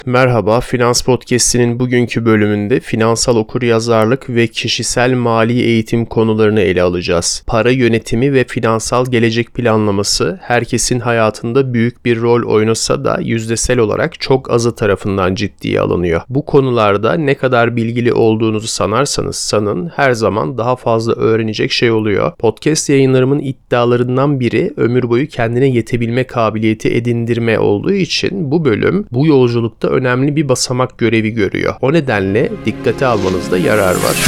Merhaba, Finans Podcast'inin bugünkü bölümünde finansal okuryazarlık ve kişisel mali eğitim konularını ele alacağız. Para yönetimi ve finansal gelecek planlaması herkesin hayatında büyük bir rol oynasa da yüzdesel olarak çok azı tarafından ciddiye alınıyor. Bu konularda ne kadar bilgili olduğunuzu sanarsanız sanın her zaman daha fazla öğrenecek şey oluyor. Podcast yayınlarımın iddialarından biri ömür boyu kendine yetebilme kabiliyeti edindirme olduğu için bu bölüm bu yolculukta önemli bir basamak görevi görüyor. O nedenle dikkate almanızda yarar var.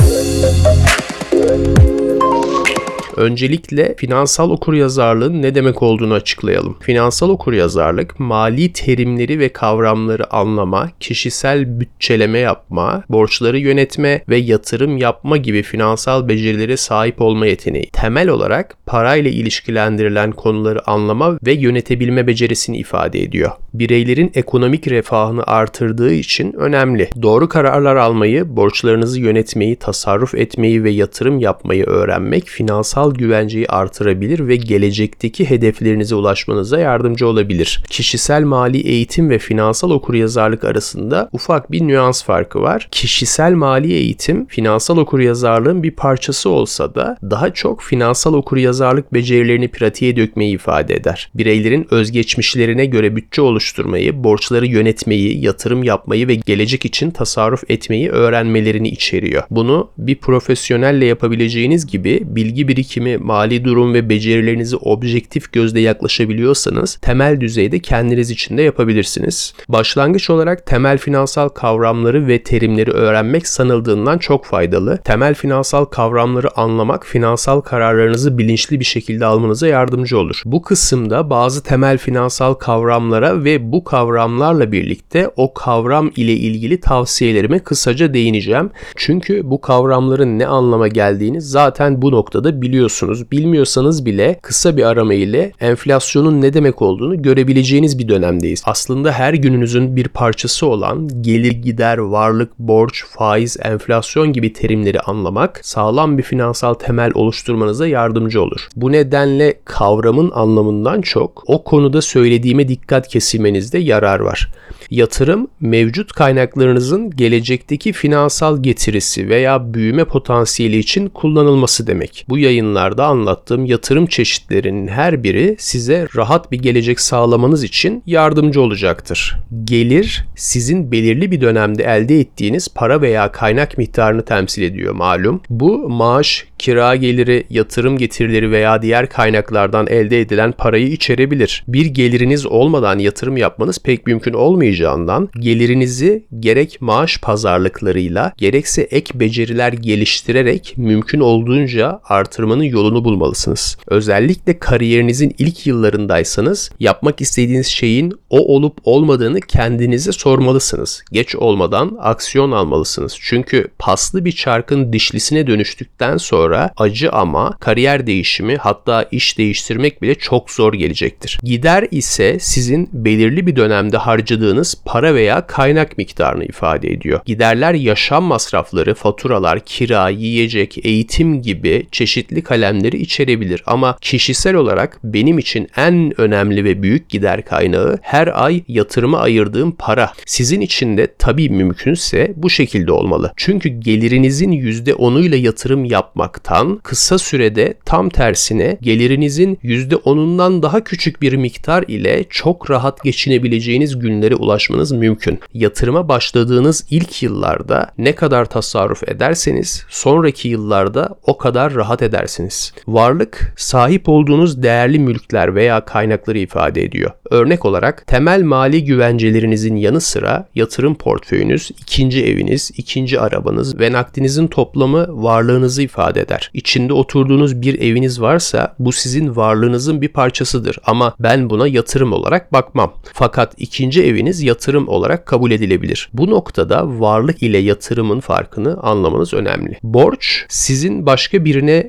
Öncelikle finansal okuryazarlığın ne demek olduğunu açıklayalım. Finansal okuryazarlık, mali terimleri ve kavramları anlama, kişisel bütçeleme yapma, borçları yönetme ve yatırım yapma gibi finansal becerilere sahip olma yeteneği. Temel olarak parayla ilişkilendirilen konuları anlama ve yönetebilme becerisini ifade ediyor. Bireylerin ekonomik refahını artırdığı için önemli. Doğru kararlar almayı, borçlarınızı yönetmeyi, tasarruf etmeyi ve yatırım yapmayı öğrenmek finansal güvenceyi artırabilir ve gelecekteki hedeflerinize ulaşmanıza yardımcı olabilir. Kişisel mali eğitim ve finansal okuryazarlık arasında ufak bir nüans farkı var. Kişisel mali eğitim, finansal okuryazarlığın bir parçası olsa da daha çok finansal okuryazarlık becerilerini pratiğe dökmeyi ifade eder. Bireylerin özgeçmişlerine göre bütçe oluşturmayı, borçları yönetmeyi, yatırım yapmayı ve gelecek için tasarruf etmeyi öğrenmelerini içeriyor. Bunu bir profesyonelle yapabileceğiniz gibi bilgi birikimi, mali durum ve becerilerinizi objektif gözle yaklaşabiliyorsanız temel düzeyde kendiniz için de yapabilirsiniz. Başlangıç olarak temel finansal kavramları ve terimleri öğrenmek sanıldığından çok faydalı. Temel finansal kavramları anlamak finansal kararlarınızı bilinçli bir şekilde almanıza yardımcı olur. Bu kısımda bazı temel finansal kavramlara ve bu kavramlarla birlikte o kavram ile ilgili tavsiyelerime kısaca değineceğim. Çünkü bu kavramların ne anlama geldiğini zaten bu noktada biliyorsunuz. Bilmiyorsanız bile kısa bir arama ile enflasyonun ne demek olduğunu görebileceğiniz bir dönemdeyiz. Aslında her gününüzün bir parçası olan gelir, gider, varlık, borç, faiz, enflasyon gibi terimleri anlamak sağlam bir finansal temel oluşturmanıza yardımcı olur. Bu nedenle kavramın anlamından çok o konuda söylediğime dikkat kesilmenizde yarar var. Yatırım, mevcut kaynaklarınızın gelecekteki finansal getirisi veya büyüme potansiyeli için kullanılması demek. Bu yayınlarda anlattığım yatırım çeşitlerinin her biri size rahat bir gelecek sağlamanız için yardımcı olacaktır. Gelir, sizin belirli bir dönemde elde ettiğiniz para veya kaynak miktarını temsil ediyor malum. Bu maaş, kira geliri, yatırım getirileri veya diğer kaynaklardan elde edilen parayı içerebilir. Bir geliriniz olmadan yatırım yapmanız pek mümkün olmayacağından gelirinizi gerek maaş pazarlıklarıyla gerekse ek beceriler geliştirerek mümkün olduğunca artırmanın yolunu bulmalısınız. Özellikle kariyerinizin ilk yıllarındaysanız yapmak istediğiniz şeyin o olup olmadığını kendinize sormalısınız. Geç olmadan aksiyon almalısınız. Çünkü paslı bir çarkın dişlisine dönüştükten sonra acı ama kariyer değişimi hatta iş değiştirmek bile çok zor gelecektir. Gider ise sizin belirli bir dönemde harcadığınız para veya kaynak miktarını ifade ediyor. Giderler yaşam masrafları, faturalar, kira, yiyecek, eğitim gibi çeşitli kalemleri içerebilir ama kişisel olarak benim için en önemli ve büyük gider kaynağı her ay yatırıma ayırdığım para. Sizin için de tabii mümkünse bu şekilde olmalı. Çünkü gelirinizin %10'uyla yatırım yapmaktan kısa sürede tam tersine gelirinizin %10'undan daha küçük bir miktar ile çok rahat geçinebileceğiniz günlere ulaşmanız mümkün. Yatırıma başladığınız ilk yıllarda ne kadar tasarruf ederseniz sonraki yıllarda o kadar rahat edersiniz. Varlık, sahip olduğunuz değerli mülkler veya kaynakları ifade ediyor. Örnek olarak temel mali güvencelerinizin yanı sıra yatırım portföyünüz, ikinci eviniz, ikinci arabanız ve nakdinizin toplamı varlığınızı ifade eder. İçinde oturduğunuz bir eviniz varsa bu sizin varlığınızın bir parçasıdır ama ben buna yatırım olarak bakmam. Fakat ikinci eviniz yatırım olarak kabul edilebilir. Bu noktada varlık ile yatırımın farkını anlamanız önemli. Borç, sizin başka birine para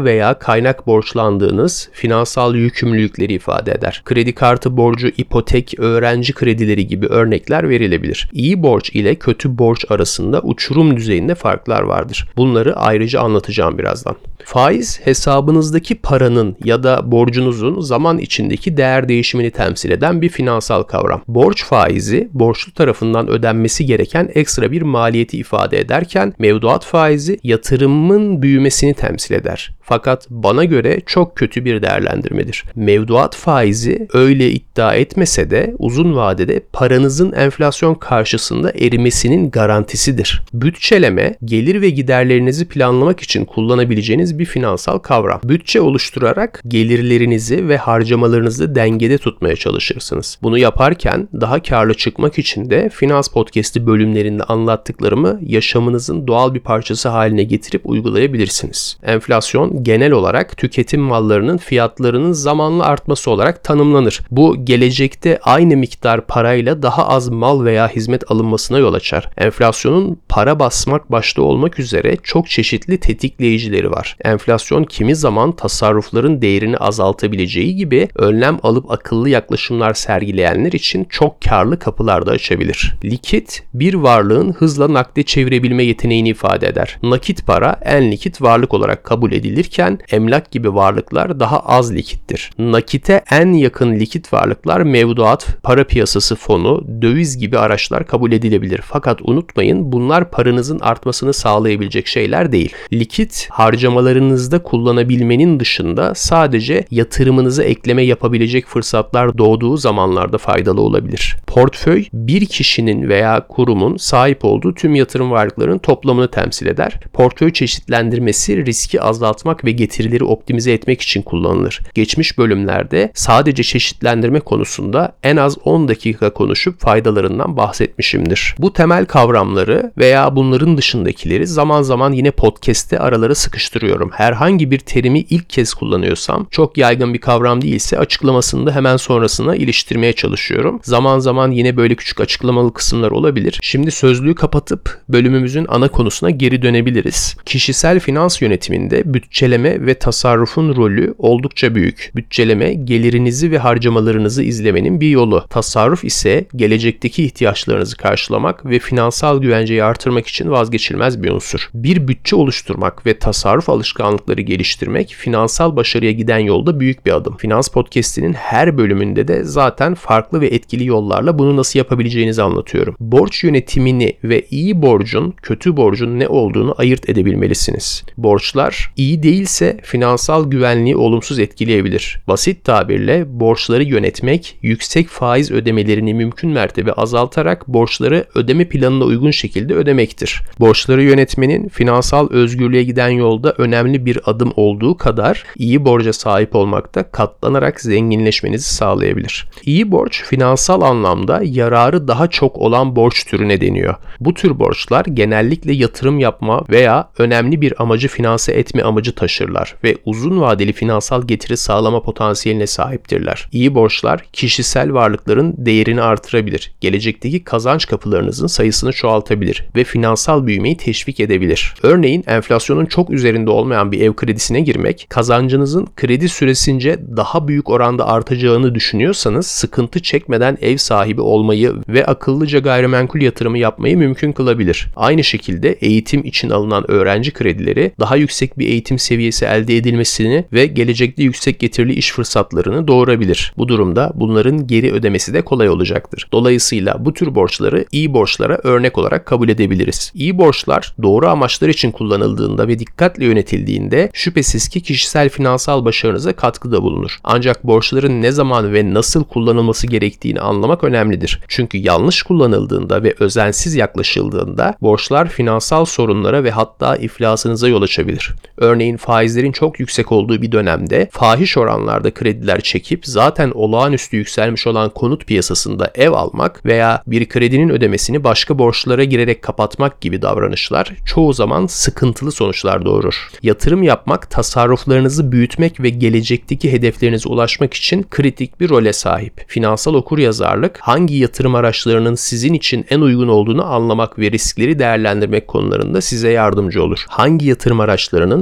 veya kaynak borçlandığınız finansal yükümlülükleri ifade eder. Kredi kartı borcu, ipotek, öğrenci kredileri gibi örnekler verilebilir. İyi borç ile kötü borç arasında uçurum düzeyinde farklar vardır. Bunları ayrıca anlatacağım birazdan. Faiz, hesabınızdaki paranın ya da borcunuzun zaman içindeki değer değişimini temsil eden bir finansal kavram. Borç faizi, borçlu tarafından ödenmesi gereken ekstra bir maliyeti ifade ederken, mevduat faizi yatırımın büyümesini temsil eder. Fakat bana göre çok kötü bir değerlendirmedir. Mevduat faizi öyle iddia etmese de uzun vadede paranızın enflasyon karşısında erimesinin garantisidir. Bütçeleme, gelir ve giderlerinizi planlamak için kullanabileceğiniz bir finansal kavram. Bütçe oluşturarak gelirlerinizi ve harcamalarınızı dengede tutmaya çalışırsınız. Bunu yaparken daha karlı çıkmak için de Finans Podcast'i bölümlerinde anlattıklarımı yaşamınızın doğal bir parçası haline getirip uygulayabilirsiniz. Enflasyon genel olarak tüketim mallarının fiyatlarının zamanla artması olarak tanımlanır. Bu gelecekte aynı miktar parayla daha az mal veya hizmet alınmasına yol açar. Enflasyonun para basmak başta olmak üzere çok çeşitli tetikleyicileri var. Enflasyon kimi zaman tasarrufların değerini azaltabileceği gibi önlem alıp akıllı yaklaşımlar sergileyenler için çok karlı kapılar da açabilir. Likit, bir varlığın hızla nakde çevirebilme yeteneğini ifade eder. Nakit para en likit varlık olarak kabul edilirken emlak gibi varlıklar daha az likittir. Nakite en yakın likit varlıklar mevduat, para piyasası fonu, döviz gibi araçlar kabul edilebilir. Fakat unutmayın, bunlar paranızın artmasını sağlayabilecek şeyler değil. Likit, harcamalarınızda kullanabilmenin dışında sadece yatırımınıza ekleme yapabilecek fırsatlar doğduğu zamanlarda faydalı olabilir. Portföy, bir kişinin veya kurumun sahip olduğu tüm yatırım varlıklarının toplamını temsil eder. Portföy çeşitlendirmesi riski azaltmak ve getirileri optimize etmek için kullanılır. Geçmiş bölümlerde sadece çeşitlendirme konusunda en az 10 dakika konuşup faydalarından bahsetmişimdir. Bu temel kavramları veya bunların dışındakileri zaman zaman yine podcast'te aralara sıkıştırıyorum. Herhangi bir terimi ilk kez kullanıyorsam, çok yaygın bir kavram değilse açıklamasını da hemen sonrasına iliştirmeye çalışıyorum. Zaman zaman yine böyle küçük açıklamalı kısımlar olabilir. Şimdi sözlüğü kapatıp bölümümüzün ana konusuna geri dönebiliriz. Kişisel finans yönetiminde bütçeleme ve tasarrufun rolü oldukça büyük. Bütçeleme, gelirinizi ve harcamalarınızı izlemenin bir yolu. Tasarruf ise gelecekteki ihtiyaçlarınızı karşılamak ve finansal güvenceyi artırmak için vazgeçilmez bir unsur. Bir bütçe oluşturmak ve tasarruf alışkanlıkları geliştirmek finansal başarıya giden yolda büyük bir adım. Finans Podcast'inin her bölümünde de zaten farklı ve etkili yollarla bunu nasıl yapabileceğinizi anlatıyorum. Borç yönetimini ve iyi borcun, kötü borcun ne olduğunu ayırt edebilmelisiniz. Borçlar iyi değilse finansal güvenliği olumsuz etkileyebilir. Basit tabirle borçları yönetmek, yüksek faiz ödemelerini mümkün mertebe azaltarak borçları ödeme planına uygun şekilde ödemektir. Borçları yönetmenin finansal özgürlüğe giden yolda önemli bir adım olduğu kadar iyi borca sahip olmak da katlanarak zenginleşmenizi sağlayabilir. İyi borç, finansal anlamda yararı daha çok olan borç türüne deniyor. Bu tür borçlar genellikle yatırım yapma veya önemli bir amacı finanse etme amacı taşırlar ve uzun vadeli finansal getiri sağlama potansiyeline sahiptirler. İyi borçlar kişisel varlıkların değerini artırabilir, gelecekteki kazanç kapılarınızın sayısını çoğaltabilir ve finansal büyümeyi teşvik edebilir. Örneğin enflasyonun çok üzerinde olmayan bir ev kredisine girmek, kazancınızın kredi süresince daha büyük oranda artacağını düşünüyorsanız sıkıntı çekmeden ev sahibi olmayı ve akıllıca gayrimenkul yatırımı yapmayı mümkün kılabilir. Aynı şekilde eğitim için alınan öğrenci kredileri daha yüksek bir eğitim seviyesi elde edilmesini ve gelecekte yüksek getirili iş fırsatlarını doğurabilir. Bu durumda bunların geri ödemesi de kolay olacaktır. Dolayısıyla bu tür borçları iyi borçlara örnek olarak kabul edebiliriz. İyi borçlar doğru amaçlar için kullanıldığında ve dikkatle yönetildiğinde şüphesiz ki kişisel finansal başarınıza katkıda bulunur. Ancak borçların ne zaman ve nasıl kullanılması gerektiğini anlamak önemlidir. Çünkü yanlış kullanıldığında ve özensiz yaklaşıldığında borçlar finansal sorunlara ve hatta iflasınıza yol açabilir. Örneğin faizlerin çok yüksek olduğu bir dönemde fahiş oranlarda krediler çekip zaten olağanüstü yükselmiş olan konut piyasasında ev almak veya bir kredinin ödemesini başka borçlara girerek kapatmak gibi davranışlar çoğu zaman sıkıntılı sonuçlar doğurur. Yatırım yapmak, tasarruflarınızı büyütmek ve gelecekteki hedeflerinize ulaşmak için kritik bir role sahip. Finansal okuryazarlık, hangi yatırım araçlarının sizin için en uygun olduğunu anlamak ve riskleri değerlendirmek konularında size yardımcı olur. Hangi yatırım araçlarının size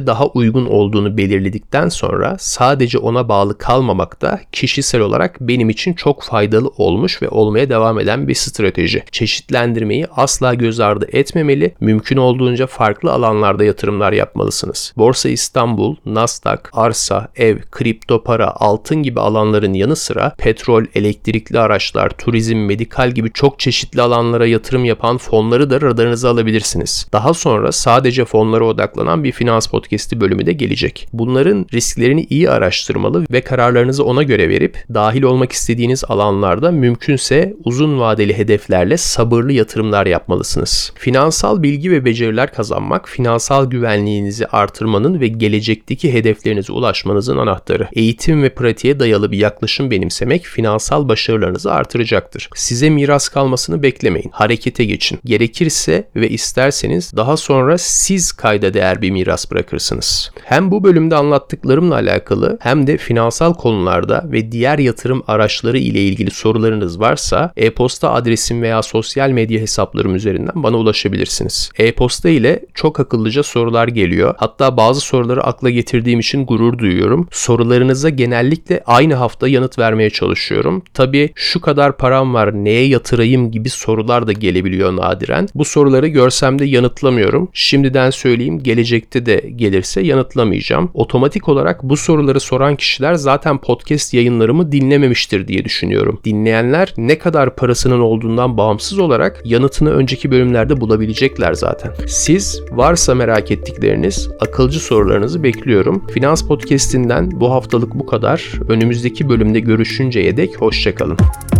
size daha uygun olduğunu belirledikten sonra sadece ona bağlı kalmamak da kişisel olarak benim için çok faydalı olmuş ve olmaya devam eden bir strateji. Çeşitlendirmeyi asla göz ardı etmemeli, mümkün olduğunca farklı alanlarda yatırımlar yapmalısınız. Borsa İstanbul, Nasdaq, arsa, ev, kripto para, altın gibi alanların yanı sıra petrol, elektrikli araçlar, turizm, medikal gibi çok çeşitli alanlara yatırım yapan fonları da radarınıza alabilirsiniz. Daha sonra sadece fonlara odaklanan bir finans podcast'i bölümü de gelecek. Bunların risklerini iyi araştırmalı ve kararlarınızı ona göre verip dahil olmak istediğiniz alanlarda mümkünse uzun vadeli hedeflerle sabırlı yatırımlar yapmalısınız. Finansal bilgi ve beceriler kazanmak, finansal güvenliğinizi artırmanın ve gelecekteki hedeflerinize ulaşmanızın anahtarı. Eğitim ve pratiğe dayalı bir yaklaşım benimsemek finansal başarılarınızı artıracaktır. Size miras kalmasını beklemeyin. Harekete geçin. Gerekirse ve isterseniz daha sonra siz kayda değer bir miras bırakırsınız. Hem bu bölümde anlattıklarımla alakalı hem de finansal konularda ve diğer yatırım araçları ile ilgili sorularınız varsa e-posta adresim veya sosyal medya hesaplarım üzerinden bana ulaşabilirsiniz. E-posta ile çok akıllıca sorular geliyor. Hatta bazı soruları akla getirdiğim için gurur duyuyorum. Sorularınıza genellikle aynı hafta yanıt vermeye çalışıyorum. Tabii şu kadar param var, neye yatırayım gibi sorular da gelebiliyor nadiren. Bu soruları görsem de yanıtlamıyorum. Şimdiden söyleyeyim, gelecekte de gelirse yanıtlamayacağım. Otomatik olarak bu soruları soran kişiler zaten podcast yayınlarımı dinlememiştir diye düşünüyorum. Dinleyenler ne kadar parasının olduğundan bağımsız olarak yanıtını önceki bölümlerde bulabilecekler zaten. Siz varsa merak ettikleriniz, akılcı sorularınızı bekliyorum. Finans Podcast'inden bu haftalık bu kadar. Önümüzdeki bölümde görüşünceye dek hoşça kalın.